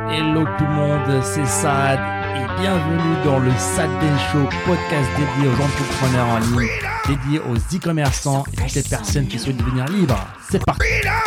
Hello tout le monde, c'est Saad et bienvenue dans le Saad Ben Show, podcast dédié aux entrepreneurs en ligne, dédié aux e-commerçants et toutes les personnes qui souhaitent devenir libres. C'est parti.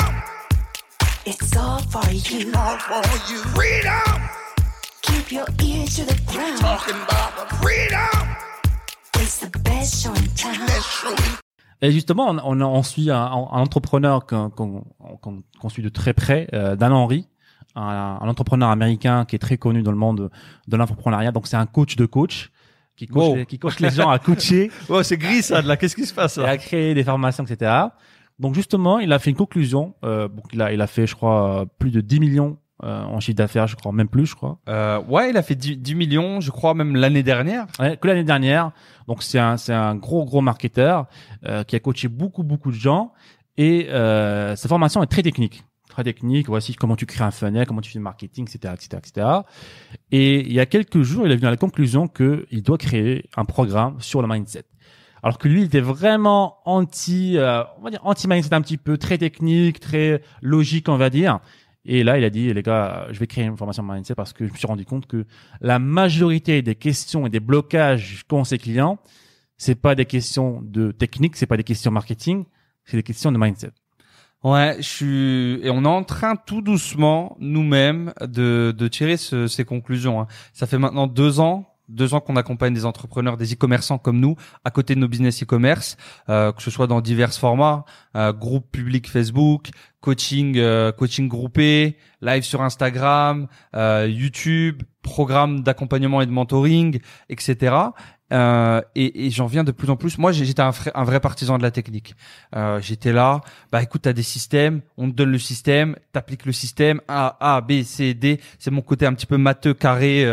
It's all for you. All for you. Freedom. Keep your ear to the ground. Talking about the freedom. It's the best show in town. Let's show it. Et justement, on suit un entrepreneur qu'on suit de très près, Dan Henry, un entrepreneur américain qui est très connu dans le monde de l'infoprenariat. Donc c'est un coach de coach qui coach les gens à coacher. Oh, c'est gris ça, là. Qu'est-ce qui se passe Et là? à créer des formations, etc. Donc justement, il a fait une conclusion. Il a fait, je crois, plus de 10 millions en chiffre d'affaires, je crois, même plus, je crois. Ouais, il a fait 10 millions, je crois, même l'année dernière. Ouais, que l'année dernière. Donc c'est un gros marketeur qui a coaché beaucoup de gens et sa formation est très technique. Très technique. Voici comment tu crées un funnel, comment tu fais le marketing, etc. Et il y a quelques jours, il est venu à la conclusion que il doit créer un programme sur le mindset. Alors que lui, il était vraiment on va dire anti-mindset un petit peu, très technique, très logique, on va dire. Et là, il a dit, les gars, je vais créer une formation mindset parce que je me suis rendu compte que la majorité des questions et des blocages qu'ont ses clients, c'est pas des questions de technique, c'est pas des questions marketing, c'est des questions de mindset. Ouais, et on est en train tout doucement, nous-mêmes, de tirer ces conclusions, hein. Ça fait maintenant 2 ans qu'on accompagne des entrepreneurs, des e-commerçants comme nous, à côté de nos business e-commerce, que ce soit dans divers formats, groupe public Facebook, coaching groupé, live sur Instagram, YouTube, programme d'accompagnement et de mentoring, etc. Et j'en viens de plus en plus. Moi, j'étais un vrai partisan de la technique. J'étais là, écoute, t'as des systèmes, on te donne le système, t'appliques le système, A, B, C, D. C'est mon côté un petit peu matheux, carré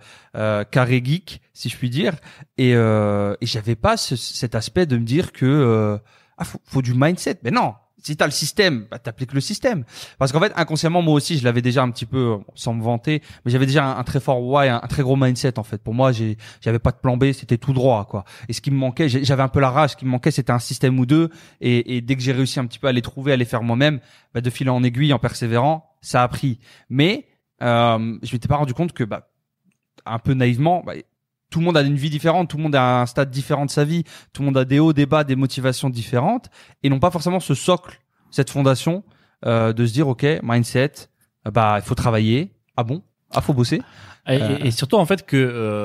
geek, si je puis dire. Et j'avais pas cet aspect de me dire que faut du mindset. Mais non. Si t'as le système, t'appliques le système. Parce qu'en fait, inconsciemment, moi aussi, je l'avais déjà un petit peu, sans me vanter, mais j'avais déjà un très fort why, un très gros mindset, en fait. Pour moi, j'avais pas de plan B, c'était tout droit, quoi. Et ce qui me manquait, j'avais un peu la rage, ce qui me manquait, c'était un système ou deux. Et dès que j'ai réussi un petit peu à les trouver, à les faire moi-même, de fil en aiguille, en persévérant, ça a pris. Mais, je m'étais pas rendu compte que, un peu naïvement, tout le monde a une vie différente, tout le monde a un stade différent de sa vie, tout le monde a des hauts, des bas, des motivations différentes, et non pas forcément ce socle, cette fondation de se dire ok, mindset, il faut travailler, faut bosser, et surtout en fait que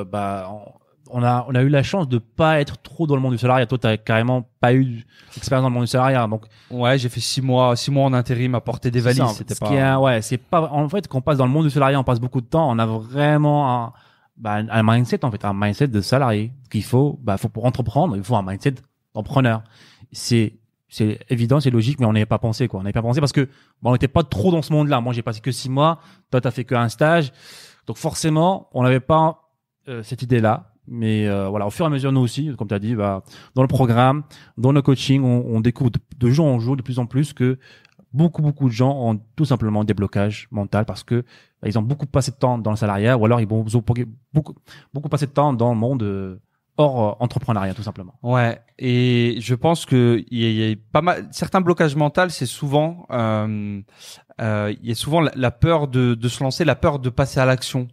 on a eu la chance de pas être trop dans le monde du salariat. Toi, t'as carrément pas eu d'expérience dans le monde du salariat, donc ouais, j'ai fait 6 mois en intérim à porter des valises, c'est pas en fait quand on passe dans le monde du salariat, on passe beaucoup de temps, on a vraiment un mindset, en fait, un mindset de salarié. Qu'il faut, pour entreprendre, il faut un mindset d'entrepreneur. C'est évident, c'est logique, mais on n'y avait pas pensé, quoi. On n'avait pas pensé parce que, on n'était pas trop dans ce monde-là. Moi, j'ai passé que 6 mois. Toi, t'as fait qu'un stage. Donc, forcément, on n'avait pas, cette idée-là. Mais, au fur et à mesure, nous aussi, comme t'as dit, dans le programme, dans le coaching, on découvre de jour en jour, de plus en plus que beaucoup de gens ont tout simplement des blocages mentaux parce que ils ont beaucoup passé de temps dans le salariat ou alors ils ont beaucoup passé de temps dans le monde hors entrepreneuriat, tout simplement. Ouais, et je pense que il y a pas mal certains blocages mentaux, c'est souvent il y a souvent la peur de se lancer, la peur de passer à l'action,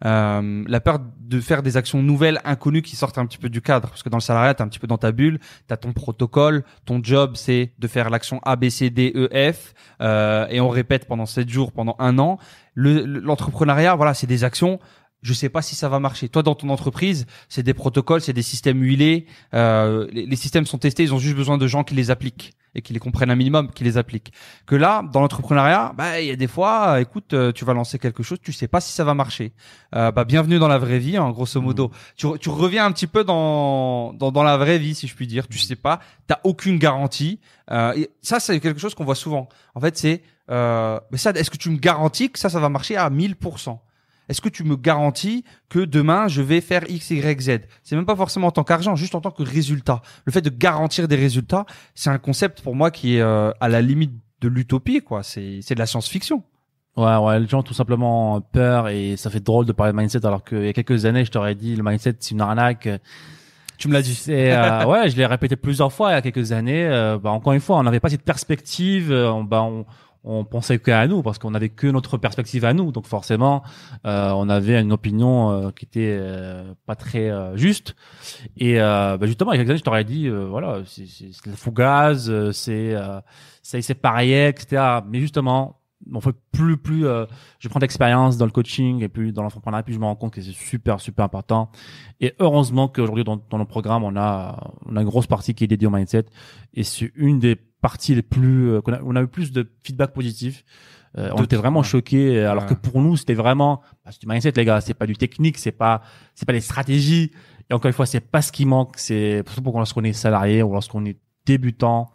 la peur de faire des actions nouvelles, inconnues, qui sortent un petit peu du cadre. Parce que dans le salariat, t'es un petit peu dans ta bulle, t'as ton protocole, ton job, c'est de faire l'action A, B, C, D, E, F, et on répète pendant 7 jours, pendant 1 an. L'entrepreneuriat, voilà, c'est des actions. Je sais pas si ça va marcher. Toi, dans ton entreprise, c'est des protocoles, c'est des systèmes huilés. Les systèmes sont testés, ils ont juste besoin de gens qui les appliquent et qui les comprennent un minimum, qui les appliquent. Que là, dans l'entrepreneuriat, il y a des fois, écoute, tu vas lancer quelque chose, tu sais pas si ça va marcher. Bienvenue dans la vraie vie, hein, grosso modo. Tu reviens un petit peu dans la vraie vie, si je puis dire. Tu sais pas, t'as aucune garantie. Et ça, c'est quelque chose qu'on voit souvent. En fait, c'est, mais ça, est-ce que tu me garantis que ça va marcher à 1000%? Est-ce que tu me garantis que demain, je vais faire X, Y, Z? C'est même pas forcément en tant qu'argent, juste en tant que résultat. Le fait de garantir des résultats, c'est un concept pour moi qui est à la limite de l'utopie, quoi. C'est de la science-fiction. Ouais, les gens ont tout simplement peur et ça fait drôle de parler de mindset alors qu'il y a quelques années, je t'aurais dit le mindset, c'est une arnaque. Tu me l'as dit. Ouais, je l'ai répété plusieurs fois il y a quelques années. Encore une fois, on n'avait pas cette perspective. Ouais. on pensait qu'à nous parce qu'on avait que notre perspective à nous. Donc forcément, on avait une opinion qui était pas très juste. Et justement, il y a quelques années, je t'aurais dit, voilà, c'est la fougaze, c'est pareil, etc. Mais justement, on fait plus je prends d'expérience dans le coaching et puis dans l'entrepreneuriat, puis je me rends compte que c'est super important. Et heureusement qu'aujourd'hui dans nos programmes, on a une grosse partie qui est dédiée au mindset, et c'est une des parties les plus on a eu plus de feedback positif. On était vraiment choqués, alors que pour nous c'était vraiment c'est du mindset, les gars, c'est pas du technique, c'est pas des stratégies. Et encore une fois, c'est pas ce qui manque, c'est surtout lorsqu'on est salarié ou lorsqu'on est débutant.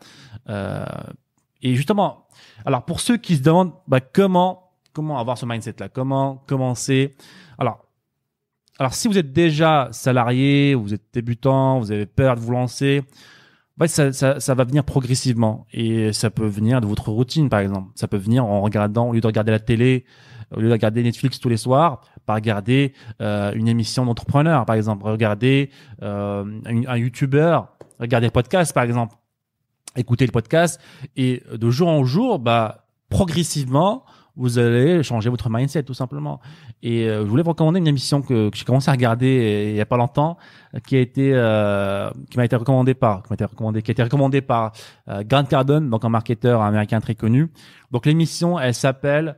Et justement, alors pour ceux qui se demandent comment avoir ce mindset là, comment commencer. Alors si vous êtes déjà salarié, vous êtes débutant, vous avez peur de vous lancer, ça va venir progressivement, et ça peut venir de votre routine par exemple. Ça peut venir en regardant, au lieu de regarder la télé, au lieu de regarder Netflix tous les soirs, par regarder une émission d'entrepreneur par exemple, regarder un YouTuber, regarder le podcast par exemple. Écoutez le podcast, et de jour en jour, progressivement, vous allez changer votre mindset tout simplement. Et je voulais vous recommander une émission que j'ai commencé à regarder il y a pas longtemps, qui a été recommandée par Grant Cardone, donc un marketeur américain très connu. Donc l'émission, elle s'appelle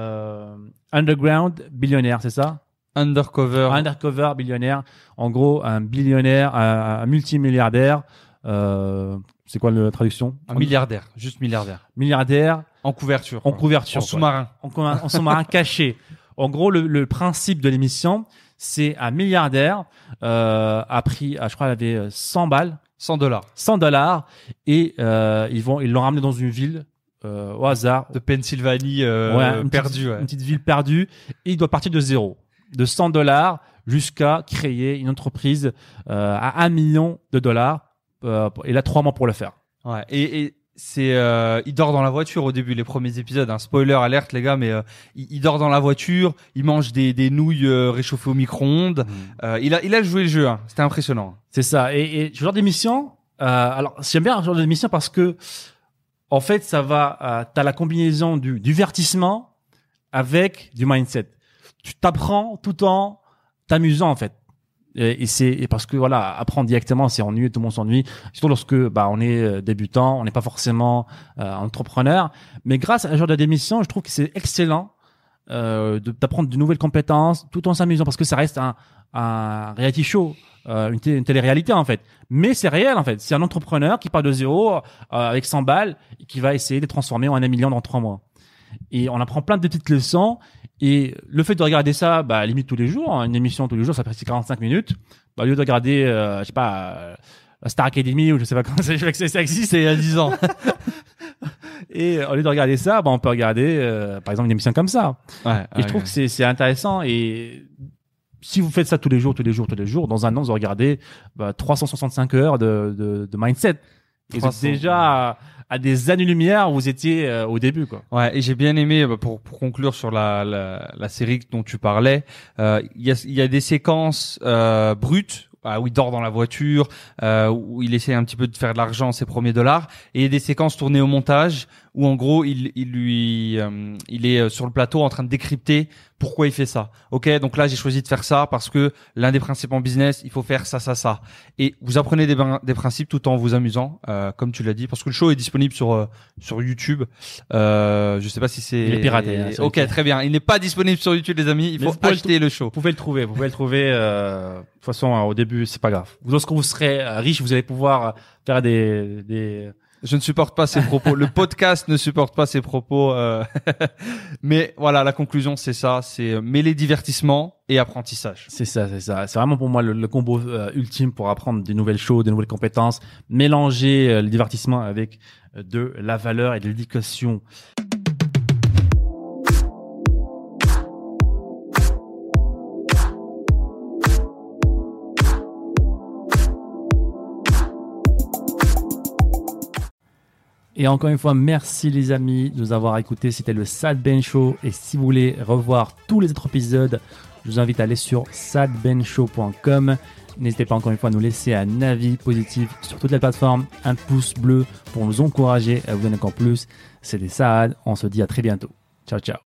Underground Billionaire, c'est ça? Undercover Billionaire. En gros, un billionnaire, un multimilliardaire. C'est quoi la traduction? Un milliardaire, juste milliardaire. Milliardaire. En couverture. En couverture. En sous-marin. En sous-marin caché. En gros, le principe de l'émission, c'est un milliardaire a pris, je crois, il avait 100 balles. $100. 100 et ils l'ont ramené dans une ville au hasard. De Pennsylvanie perdue. Une petite ville perdue. Et il doit partir de zéro. De 100 jusqu'à créer une entreprise à $1 million. Il a 3 mois pour le faire. Ouais. Et c'est il dort dans la voiture au début, les premiers épisodes. Un spoiler alerte les gars, mais il dort dans la voiture, il mange des nouilles réchauffées au micro-ondes. Il a joué le jeu, hein. C'était impressionnant. C'est ça. Et ce genre d'émission, alors j'aime bien ce genre d'émission parce que en fait ça va, t'as la combinaison du divertissement avec du mindset. Tu t'apprends tout en t'amusant en fait. Et c'est parce que voilà, apprendre directement c'est ennuyeux, tout le monde s'ennuie, surtout lorsque on est débutant, on n'est pas forcément entrepreneur. Mais grâce à ce genre d'émission, je trouve que c'est excellent d'apprendre de nouvelles compétences tout en s'amusant, parce que ça reste un reality show, une télé-réalité en fait. Mais c'est réel en fait. C'est un entrepreneur qui part de zéro avec 100 balles et qui va essayer de transformer en $1 million dans 3 mois. Et on apprend plein de petites leçons. Et le fait de regarder ça, limite tous les jours, hein, une émission tous les jours, ça fait 45 minutes. Au lieu de regarder, je sais pas, la Star Academy ou je sais pas comment ça existe, c'est il y a 10 ans. Et au lieu de regarder ça, on peut regarder, par exemple, une émission comme ça. Ouais, et je trouve que c'est intéressant. Et si vous faites ça tous les jours, dans un an, vous regardez 365 heures de mindset. Et vous êtes déjà à des années-lumière où vous étiez au début, quoi. Ouais, et j'ai bien aimé, pour conclure sur la série dont tu parlais, il y a des séquences brutes, où il dort dans la voiture, où il essaie un petit peu de faire de l'argent, ses premiers $, et il y a des séquences tournées au montage où en gros il est sur le plateau en train de décrypter pourquoi il fait ça. Ok, donc là j'ai choisi de faire ça parce que l'un des principes en business, il faut faire ça. Et vous apprenez des principes tout en vous amusant, comme tu l'as dit, parce que le show est disponible sur YouTube. Je sais pas si c'est. Il est piraté. Hein, ok, très bien. Il n'est pas disponible sur YouTube, les amis. Il faut acheter le show. Vous pouvez le trouver. De toute façon, au début, c'est pas grave. Lorsque vous serez riche, vous allez pouvoir faire des Je ne supporte pas ces propos. Le podcast ne supporte pas ces propos. Mais voilà, la conclusion, c'est ça. C'est mêler divertissement et apprentissage. C'est ça. C'est vraiment pour moi le combo ultime pour apprendre des nouvelles choses, des nouvelles compétences. Mélanger le divertissement avec de la valeur et de l'éducation. Et encore une fois, merci les amis de nous avoir écoutés. C'était le Sad Ben Show. Et si vous voulez revoir tous les autres épisodes, je vous invite à aller sur sadbenshow.com. N'hésitez pas encore une fois à nous laisser un avis positif sur toutes les plateformes, un pouce bleu pour nous encourager à vous donner encore plus. C'était Saad, on se dit à très bientôt. Ciao ciao.